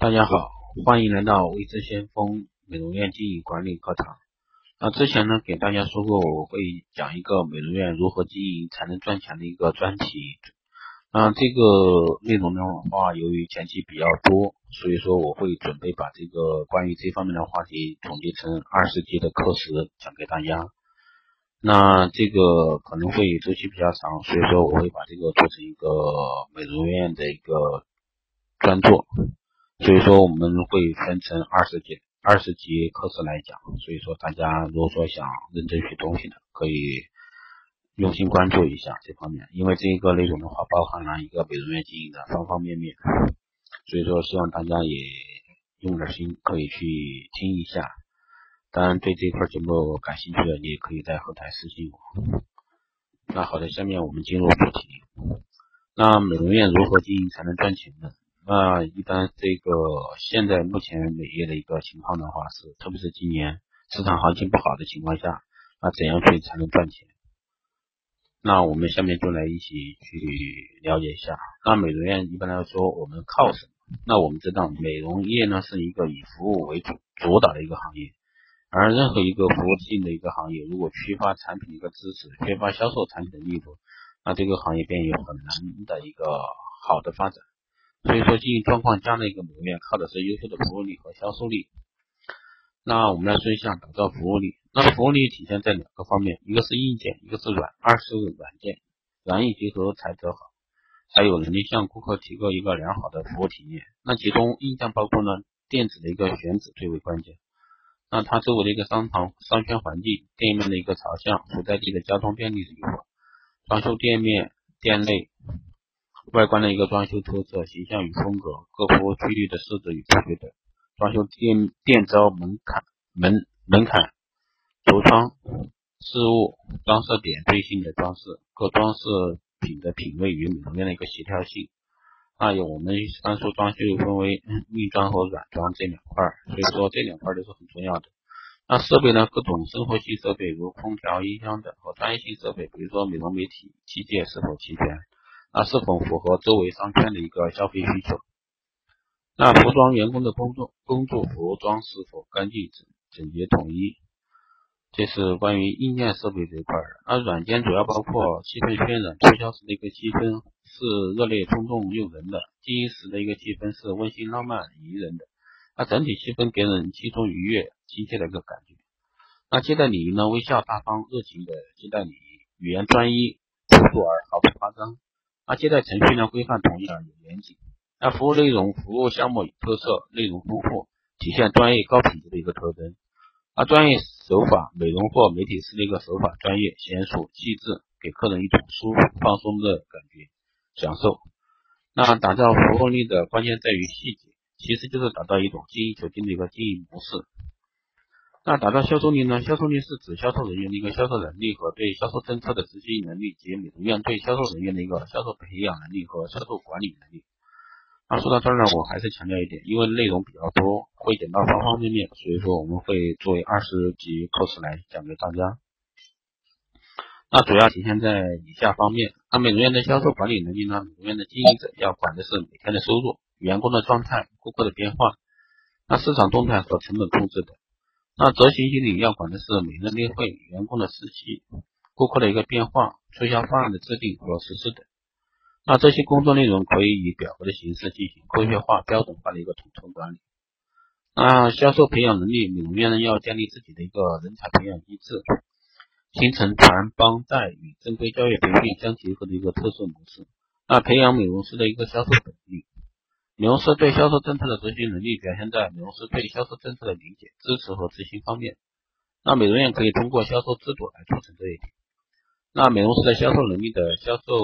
大家好，欢迎来到微知先锋美容院经营管理课堂。之前呢给大家说过，我会讲一个美容院如何经营才能赚钱的一个专题。这个内容的话，由于前期比较多，所以说我会准备把这个关于这方面的话题总结成20节的课时讲给大家。那这个可能会周期比较长，所以说我会把这个做成一个美容院的一个专做。所以说我们会分成20节课时来讲，所以说大家如果说想认真学东西的，可以用心关注一下这方面，因为这个内容的话包含了一个美容院经营的方方面面，所以说希望大家也用点心，可以去听一下。当然对这块节目感兴趣的，你也可以在后台私信我。那好的，下面我们进入主题。那美容院如何经营才能赚钱呢？那一般这个现在目前美业的一个情况的话是，特别是今年市场行情不好的情况下，怎样去才能赚钱？那我们下面就来一起去了解一下。那美容院一般来说我们靠什么？那我们知道美容业呢是一个以服务为主导的一个行业，而任何一个服务性的一个行业，如果缺乏产品的一个知识，缺乏销售产品的力度，那这个行业便有很难的一个好的发展。所以说经营状况佳的一个美容院靠的是优秀的服务力和销售力。那我们来说一下打造服务力。那服务力体现在两个方面，一个是硬件，一个是二是软件，软硬结合才得好，才有能力向顾客提供一个良好的服务体验。那其中硬件包括呢电子的一个选址最为关键。那它周围的一个商圈环境，店面的一个朝向，所在地的交通便利与否，装修店面店内外观的一个装修特色、形象与风格，各服务区域的设置与布局等，装修店招门槛、橱窗、事物、装饰点缀性的装饰，各装饰品的品味与美容院的一个协调性。我们一般说装修分为硬装和软装这两块，所以说这两块都是很重要的。那设备呢，各种生活性设备如空调、音箱等和专业性设备，比如说美容美体器械是否齐全，是否符合周围商圈的一个消费需求。那服装员工的工作服装是否干净整洁统一，这是关于硬件设备这一块的。软件主要包括气氛渲染，促销时的一个气氛是热烈冲动诱人的，经营时的一个气氛是温馨浪漫宜人的，整体气氛给人轻松愉悦亲切的一个感觉。接待礼仪呢，微笑大方热情的接待礼仪，语言专一朴素而毫不夸张。接待程序呢，规范统一而有严谨。服务内容服务项目有特色，内容丰富，体现专业高品质的一个特征。专业手法，美容或美体师的一个手法专业娴熟细致，给客人一种舒服放松的感觉享受。打造服务力的关键在于细节，其实就是打造一种精益求精的一个经营模式。打造销售力呢，销售力是指销售人员的一个销售能力和对销售政策的执行能力，及美容院对销售人员的一个销售培养能力和销售管理能力。说到这儿呢，我还是强调一点，因为内容比较多，会讲到方方面面，所以说我们会作为20节课时来讲给大家。主要体现在以下方面。美容院的销售管理能力呢，美容院的经营者要管的是每天的收入、员工的状态、顾客的变化，市场动态和成本控制等。执行经理要管的是每日例会、员工的士气、顾客的一个变化、促销方案的制定和实施等。这些工作内容可以以表格的形式进行科学化、标准化的一个统筹管理。销售培养能力，美容院呢要建立自己的一个人才培养机制，形成传帮带与正规教育培训相结合的一个特色模式。培养美容师的一个销售本领。美容师对销售政策的执行能力表现在美容师对销售政策的理解、支持和执行方面。美容院可以通过销售制度来促成这一点。美容师的销售能力的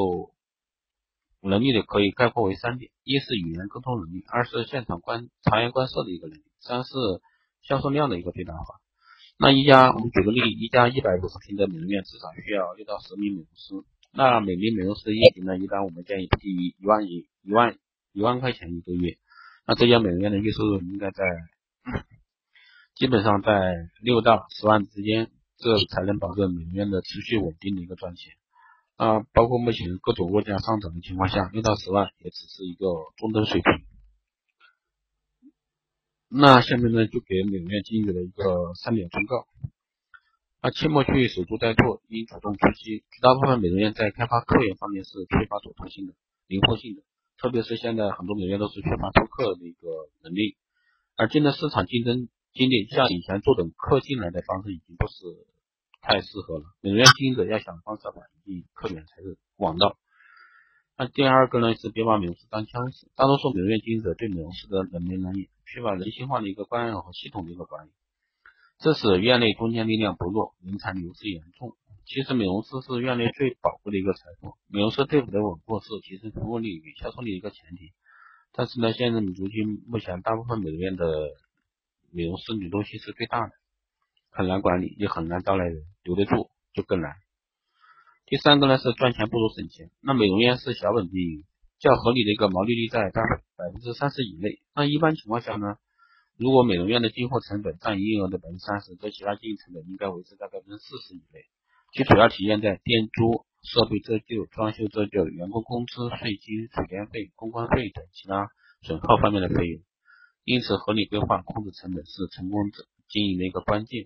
可以概括为3点：一是语言沟通能力，二是现场察言观色的一个能力，三是销售量的一个最大化。我们举个例，一家150平的美容院至少需要6到10名美容师。每名美容师的业绩呢，一般我们建议不低于1万块钱一个月。这家美容院的月收入应该基本上在6到10万之间，这才能保证美容院的持续稳定的一个赚钱。包括目前各种物价上涨的情况下，6到10万也只是一个中等水平。 那下面呢就给美容院经营者的一个3点忠告。切莫去守株待兔，应主动出击。绝大部分美容院在开发客源方面是缺乏主动性的、灵活性的，特别是现在很多美容院都是缺乏拓客的一个能力，而今的市场竞争激烈，像以前坐等客进来的方式已经不是太适合了。美容院经营者要想方设法引进客源才是王道。第二个呢是别把美容师当枪使，大多数美容院经营者对美容师的冷眉冷眼，缺乏人性化的一个关爱和系统的一个管理，这使院内中坚力量不弱，人才流失严重。其实美容师是院内最宝贵的一个财富，美容师队伍的稳固是提升服务力与销售力的一个前提。但是呢，现在如今目前大部分美容院的美容师流动性是最大的，很难管理，也很难招来人，留得住就更难。第三个呢是赚钱不如省钱。那美容院是小本经营，较合理的一个毛利率在30%以内。那一般情况下呢，如果美容院的进货成本占营业额的30%，则其他经营成本应该维持在40%以内，其主要体现在店租、设备折旧、装修折旧、员工工资、税金、水电费、公关费等其他损耗方面的费用。因此，合理规划、控制成本是成功经营的一个关键。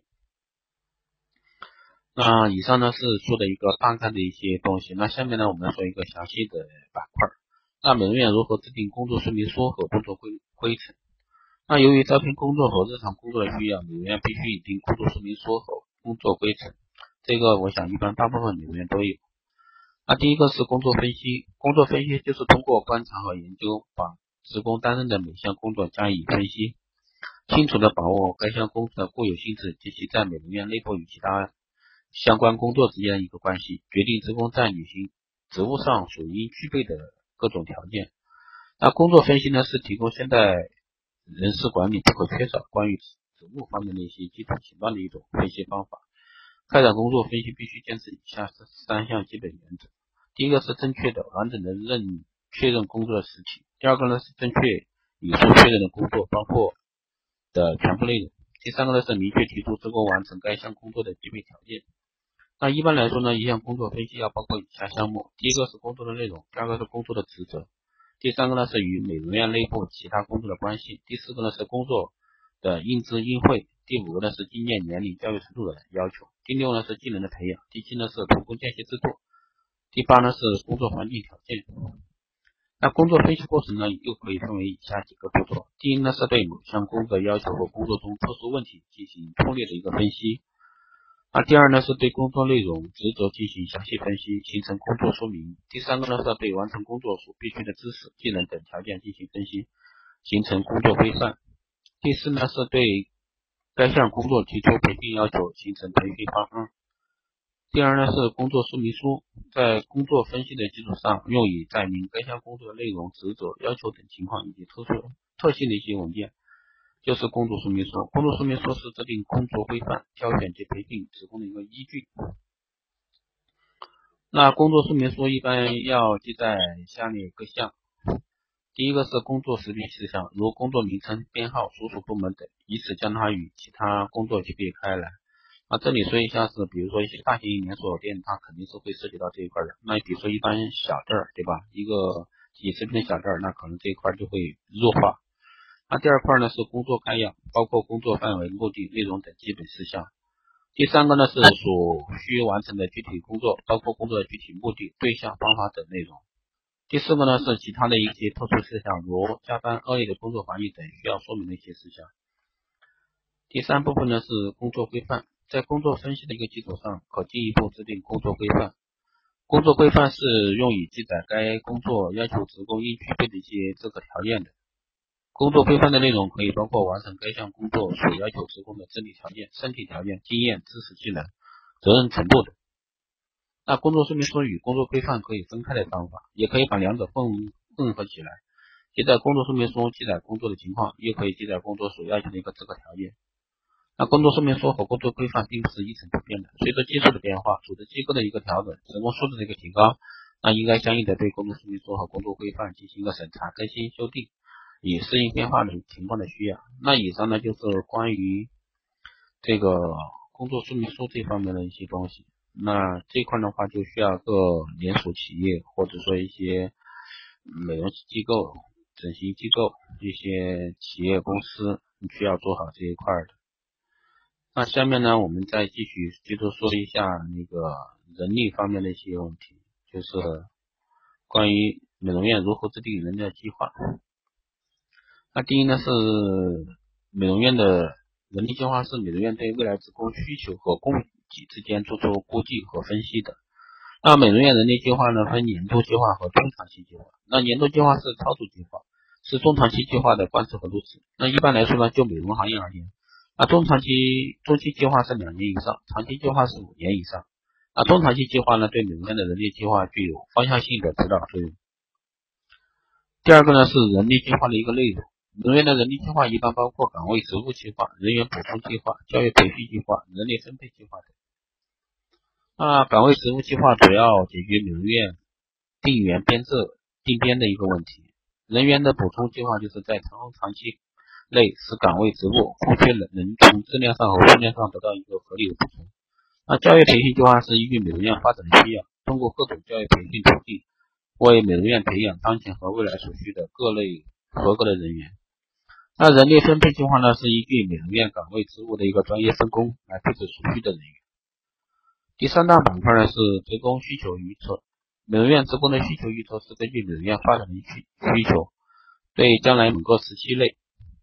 那以上呢是说的一个大概的一些东西，那下面呢我们说一个详细的板块。那美容院如何制定工作说明书和工作规程？那由于招聘工作和日常工作的需要，美容院必须拟定工作说明书和工作规程，这个我想一般大部分美容院都有。那第一个是工作分析，工作分析就是通过观察和研究，把职工担任的每项工作加以分析，清楚地把握该项工作的固有性质及其在美容院内部与其他相关工作之间的一个关系，决定职工在履行职务上所应具备的各种条件。那工作分析呢，是提供现代人事管理不可缺少关于职务方面的一些基础情况的一种分析方法。开展工作分析必须坚持以下3项基本原则。第一个是正确的、完整的确认工作的实体。第二个呢是正确语速确认的工作包括的全部内容。第三个呢是明确提出职工完成该项工作的基本条件。那一般来说呢，一项工作分析要包括以下项目：第一个是工作的内容，第二个是工作的职责，第三个呢是与美容院内部其他工作的关系，第四个呢是工作的应知应会，第五个呢是经验、年龄、教育程度的要求，第六呢是技能的培养，第七呢是员工见习制度，第八呢是工作环境条件。那工作分析过程呢，又可以分为以下几个步骤。第一呢是对某项工作要求或工作中特殊问题进行粗略的一个分析。第二呢是对工作内容、职责进行详细分析，形成工作说明。第三个呢是对完成工作所必须的知识、技能等条件进行分析，形成工作规范。第四呢是对该项工作提出培训要求，形成培训方案。第二呢是工作说明书，在工作分析的基础上，用以载明该项工作的内容、职责、要求等情况以及特性的一些文件，就是工作说明书。工作说明书是制定工作规范、挑选及培训职工的一个依据。那工作说明书一般要记载下列各项。第一个是工作识别事项，如工作名称、编号、所属部门等，以此将它与其他工作区别开来。这里说一下是，比如说一些大型连锁店，它肯定是会涉及到这一块的。那比如说一般小店儿，对吧？一个几十平的小店儿，那可能这一块就会弱化。第二块呢是工作概要，包括工作范围、目的、内容等基本事项。第三个呢是所需完成的具体工作，包括工作的具体目的、对象、方法等内容。第四个呢是其他的一些特殊事项，如加班、恶劣的工作环境等需要说明的一些事项。第三部分呢是工作规范，在工作分析的一个基础上，可进一步制定工作规范。工作规范是用以记载该工作要求职工应具备的一些资格条件的。工作规范的内容可以包括完成该项工作所要求职工的智力条件、身体条件、经验、知识技能、责任程度等。工作说明书与工作规范可以分开的方法，也可以把两者混合起来，记载工作说明书记载工作的情况，又可以记载工作所要求的一个资格条件。工作说明书和工作规范并不是一成不变的，随着技术的变化、组织机构的一个调整、职工素质的一个提高，应该相应的对工作说明书和工作规范进行一个审查、更新、修订，以适应变化的情况的需要。以上呢就是关于这个工作说明书这方面的一些东西。这一块的话就需要各连锁企业或者说一些美容机构、整形机构、一些企业公司你需要做好这一块的。那下面呢，我们再接着说一下那个人力方面的一些问题，就是关于美容院如何制定人力计划。那第一呢是美容院的人力计划是美容院对未来职工需求和供给之间做出估计和分析的。那美容院人力计划呢分年度计划和中长期计划。那年度计划是操作计划，是中长期计划的观测和落实。那一般来说呢，就美容行业而言，那中期计划是2年以上，长期计划是5年以上。那中长期计划呢，对美容院的人力计划具有方向性的指导作用。第二个呢是人力计划的一个内容。美容院的人力计划一般包括岗位职务计划、人员补充计划、教育培训计划、人力分配计划等。那岗位职务计划主要解决美容院定员编制定编的一个问题。人员的补充计划就是在长期内使岗位职务空缺能从质量上和数量上得到一个合理的补充。那教育培训计划是依据美容院发展的需要，通过各种教育培训途径为美容院培养当前和未来所需的各类合格的人员。那人力分配计划呢，是依据美容院岗位职务的一个专业分工来配置所需的人员。第3大板块呢是职工需求预测。美容院职工的需求预测是根据美容院发展的需求，对将来某个时期内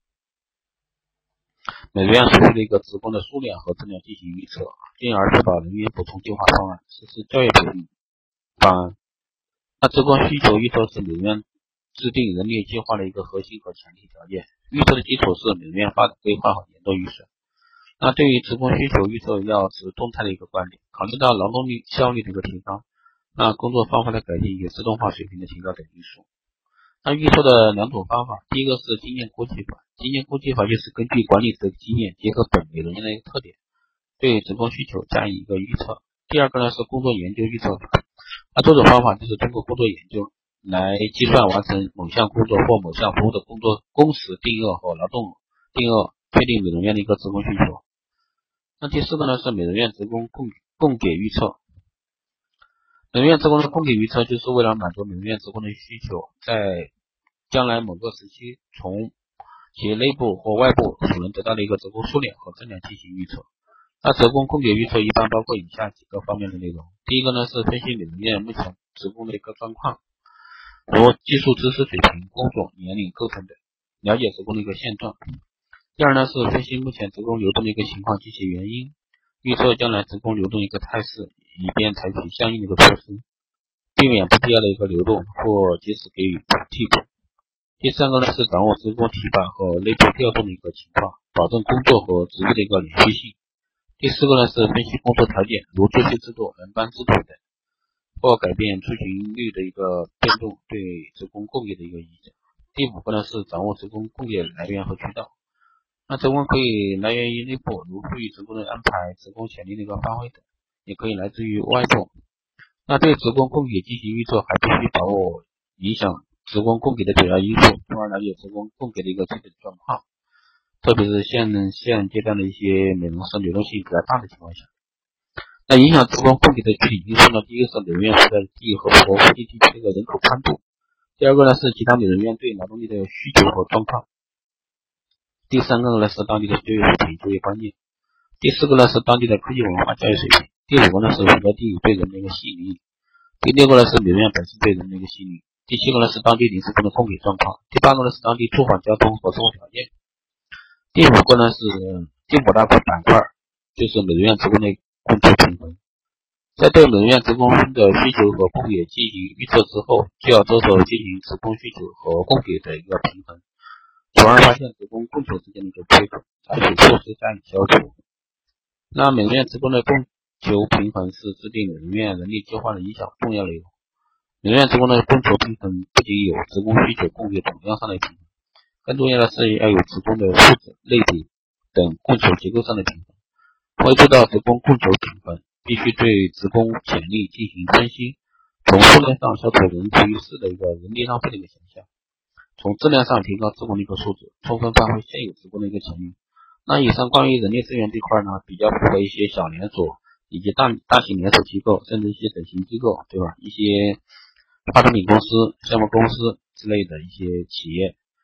美容院所需的一个职工的数量和质量进行预测，进而确保人员补充计划方案，实施教育培训方案。那职工需求预测是美容院制定人力计划的一个核心和前提条件。预测的基础是美容院发展规划和年度预算。那对于职工需求预测要持动态的一个观点，考虑到劳动力效率的一个提高，那工作方法的改进以及自动化水平的提高等因素。那预测的2种方法，第一个是经验估计法。经验估计法就是根据管理者的经验，结合本美容院的一个特点，对职工需求加以一个预测。第二个呢是工作研究预测法。那这种方法就是通过工作研究来计算完成某项工作或某项服务的工时定额和劳动定额，确定美容院的一个职工需求。那第4个呢是美容院职工供给预测。美容院职工的供给预测就是为了满足美容院职工的需求，在将来某个时期从企业内部或外部所能得到的一个职工数量和质量进行预测。那职工供给预测一般包括以下几个方面的内容。第一个呢是分析美容院目前职工的一个状况，如技术知识水平、工种、年龄、构成等，了解职工的一个现状。第二呢是分析目前职工流动的一个情况及其原因，预测将来职工流动一个态势，以便采取相应的一个措施，避免不必要的一个流动或及时给予替补。第3个呢是掌握职工提拔和内部调动的一个情况，保证工作和职务的一个连续性。第4个呢是分析工作条件，如作息制度、轮班制度等，或改变出勤率的一个变动对职工供给的一个影响。第5个呢是掌握职工供给来源和渠道。那职工可以来源于内部，如赋予职工的安排、职工潜力的一个发挥等，也可以来自于外部。那对职工供给进行预测，还必须把握影响职工供给的主要因素，从而了解职工供给的一个具体状况，特别是现阶段的一些美容师流动性比较大的情况下。那影响职工供给的具体因素呢，第一个是美容院所在地和附近地区的一个人口宽度，第二个呢是其他美容院对劳动力的需求和状况，第3个呢是当地的就业水平、就业观念，第4个呢是当地的科技文化教育水平，第5个呢是所在地对人的一个吸引力，第6个呢是美容院本身对人的一个吸引力，第7个呢是当地临时工的供给状况，第8个呢是当地住房交通和生活条件，第5个呢是第5大板块，就是美容院职工的供求平衡。在对美容院职工的需求和供给进行预测之后，就要着手进行职工需求和供给的一个平衡，从而发现职工供求之间的一个缺口，采取措施加以消除。那美容院职工的供求平衡是制定美容院人力计划的一项重要内容。美容院职工的供求平衡不仅有职工需求供给总量上的平衡，更重要的是要有职工的素质、类别等供求结构上的平衡。为做到职工供求平衡，必须对职工潜力进行分析，从数量上消除人浮于事的一个人力浪费的一个现象，从质量上提高职工的一个素质，充分发挥现有职工的一个潜力。那以上关于人力资源这块呢，比较符合一些小连锁以及大型连锁机构，甚至一些整形机构，对吧？一些化妆品公司、项目公司之类的一些企业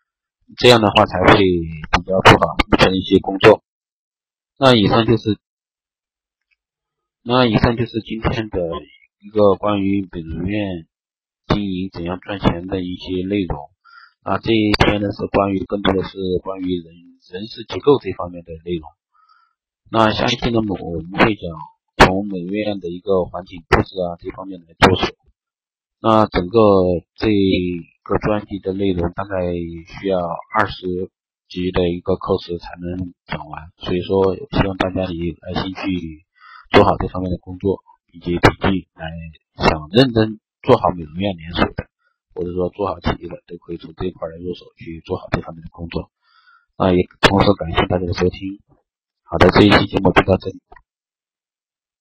这样的话才会比较做好目前的一些工作。那以上就是今天的一个关于美容院经营怎样赚钱的一些内容。这一篇呢更多的是关于人事结构这方面的内容。那下一期呢我们会讲从美容院的一个环境布置这方面来着手。那整个这个专辑的内容大概需要20集的一个课时才能讲完，所以说希望大家以耐心去做好这方面的工作以及笔记，来想认真做好美容院连锁的，或者说做好企业的，都可以从这一块来入手去做好这方面的工作。也同时感谢大家的收听。好的，这一期节目就到这里。